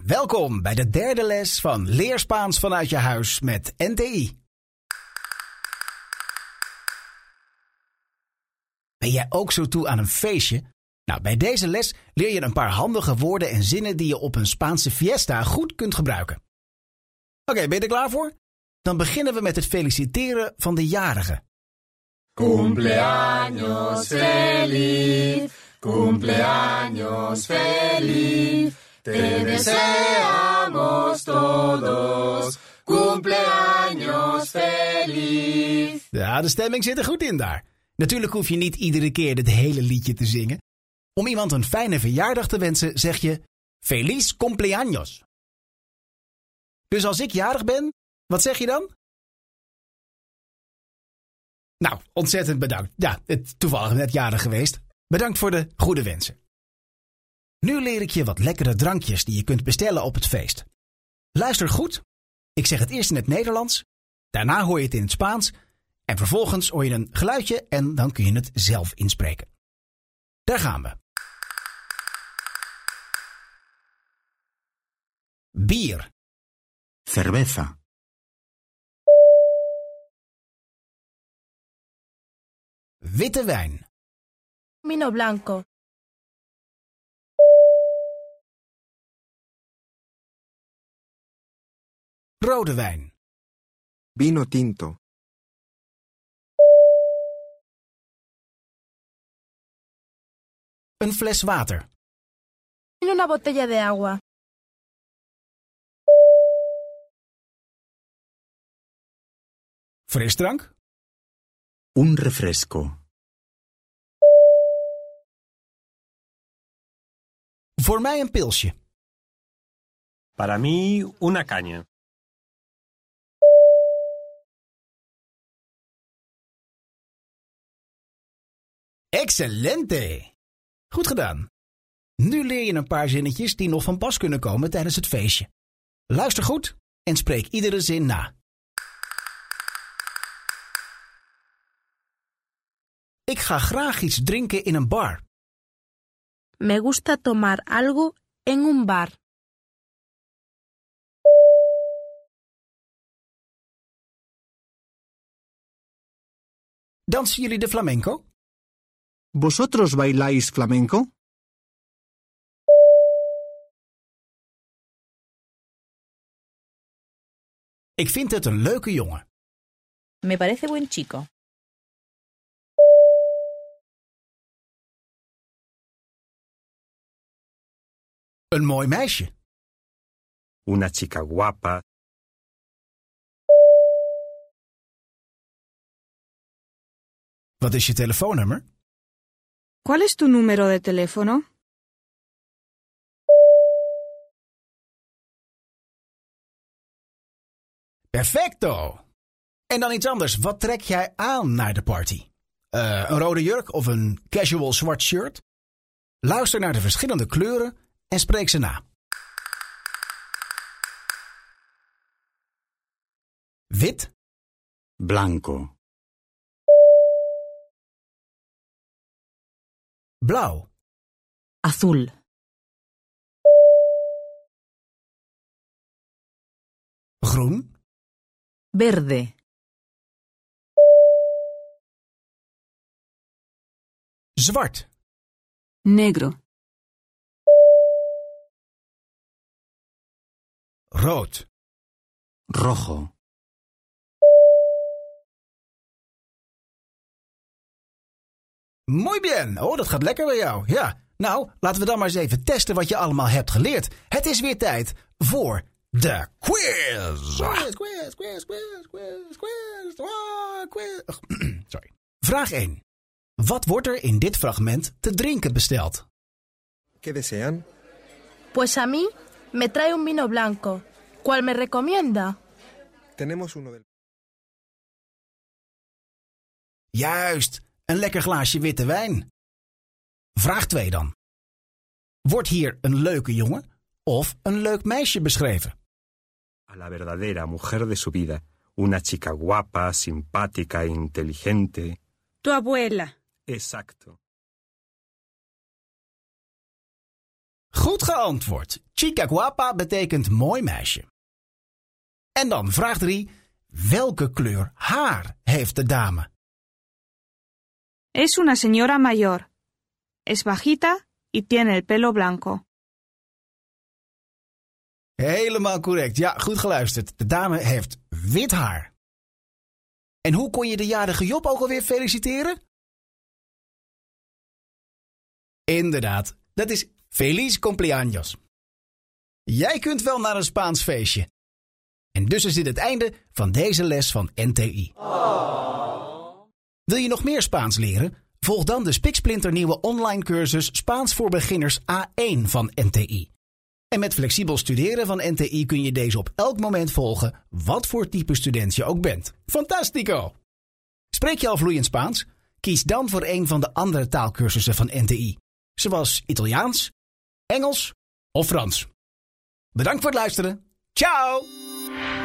welkom bij de derde les van Leer Spaans vanuit je huis met NTI. Ben jij ook zo toe aan een feestje? Nou, bij deze les leer je een paar handige woorden en zinnen die je op een Spaanse fiesta goed kunt gebruiken. Oké, ben je er klaar voor? Dan beginnen we met het feliciteren van de jarige. Cumpleaños feliz, cumpleaños feliz, te deseamos todos, cumpleaños feliz. Ja, de stemming zit er goed in daar. Natuurlijk hoef je niet iedere keer het hele liedje te zingen. Om iemand een fijne verjaardag te wensen zeg je Feliz cumpleaños. Dus als ik jarig ben, wat zeg je dan? Nou, ontzettend bedankt. Ja, toevallig net jarig geweest. Bedankt voor de goede wensen. Nu leer ik je wat lekkere drankjes die je kunt bestellen op het feest. Luister goed. Ik zeg het eerst in het Nederlands. Daarna hoor je het in het Spaans. En vervolgens hoor je een geluidje en dan kun je het zelf inspreken. Daar gaan we. Bier. Cerveza. Witte wijn. Vino blanco. Rode wijn. Vino tinto. Een fles water. En una botella de agua. Frisdrank. Un refresco. Voor mij een pilsje. Para mí, una caña. Excelente! Goed gedaan. Nu leer je een paar zinnetjes die nog van pas kunnen komen tijdens het feestje. Luister goed en spreek iedere zin na. Ik ga graag iets drinken in een bar. Me gusta tomar algo en un bar. Dansen jullie de flamenco? ¿Vosotros bailáis flamenco? Ik vind het een leuke jongen. Me parece buen chico. Een mooi meisje. Una chica guapa. Wat is je telefoonnummer? ¿Cuál es tu número de teléfono? Perfecto! En dan iets anders. Wat trek jij aan naar de party? Een rode jurk of een casual zwart shirt? Luister naar de verschillende kleuren en spreek ze na. Wit. Blanco. Blauw. Azul. Groen. Verde. Zwart. Negro. Rood. Rojo. Muy bien. Oh, dat gaat lekker bij jou. Ja. Nou, laten we dan maar eens even testen wat je allemaal hebt geleerd. Het is weer tijd voor de quiz. Quiz. Sorry. Vraag 1. Wat wordt er in dit fragment te drinken besteld? ¿Qué desean? Pues a mí me trae un vino blanco. ¿Cuál me recomienda? Tenemos uno del... Juist, een lekker glaasje witte wijn. Vraag 2 dan. Wordt hier een leuke jongen of een leuk meisje beschreven? A la verdadera mujer de su vida. Una chica guapa, simpática, inteligente. Tu abuela. Exacto. Goed geantwoord. Chica guapa betekent mooi meisje. En dan vraag 3. Welke kleur haar heeft de dame? Es una señora mayor. Es bajita y tiene el pelo blanco. Helemaal correct. Ja, goed geluisterd. De dame heeft wit haar. En hoe kon je de jarige Job ook alweer feliciteren? Inderdaad, dat is Feliz cumpleaños. Jij kunt wel naar een Spaans feestje. En dus is dit het einde van deze les van NTI. Wil je nog meer Spaans leren? Volg dan de spiksplinternieuwe online cursus Spaans voor beginners A1 van NTI. En met flexibel studeren van NTI kun je deze op elk moment volgen, wat voor type student je ook bent. Fantastico! Spreek je al vloeiend Spaans? Kies dan voor een van de andere taalkursussen van NTI, zoals Italiaans, Engels of Frans. Bedankt voor het luisteren. Ciao!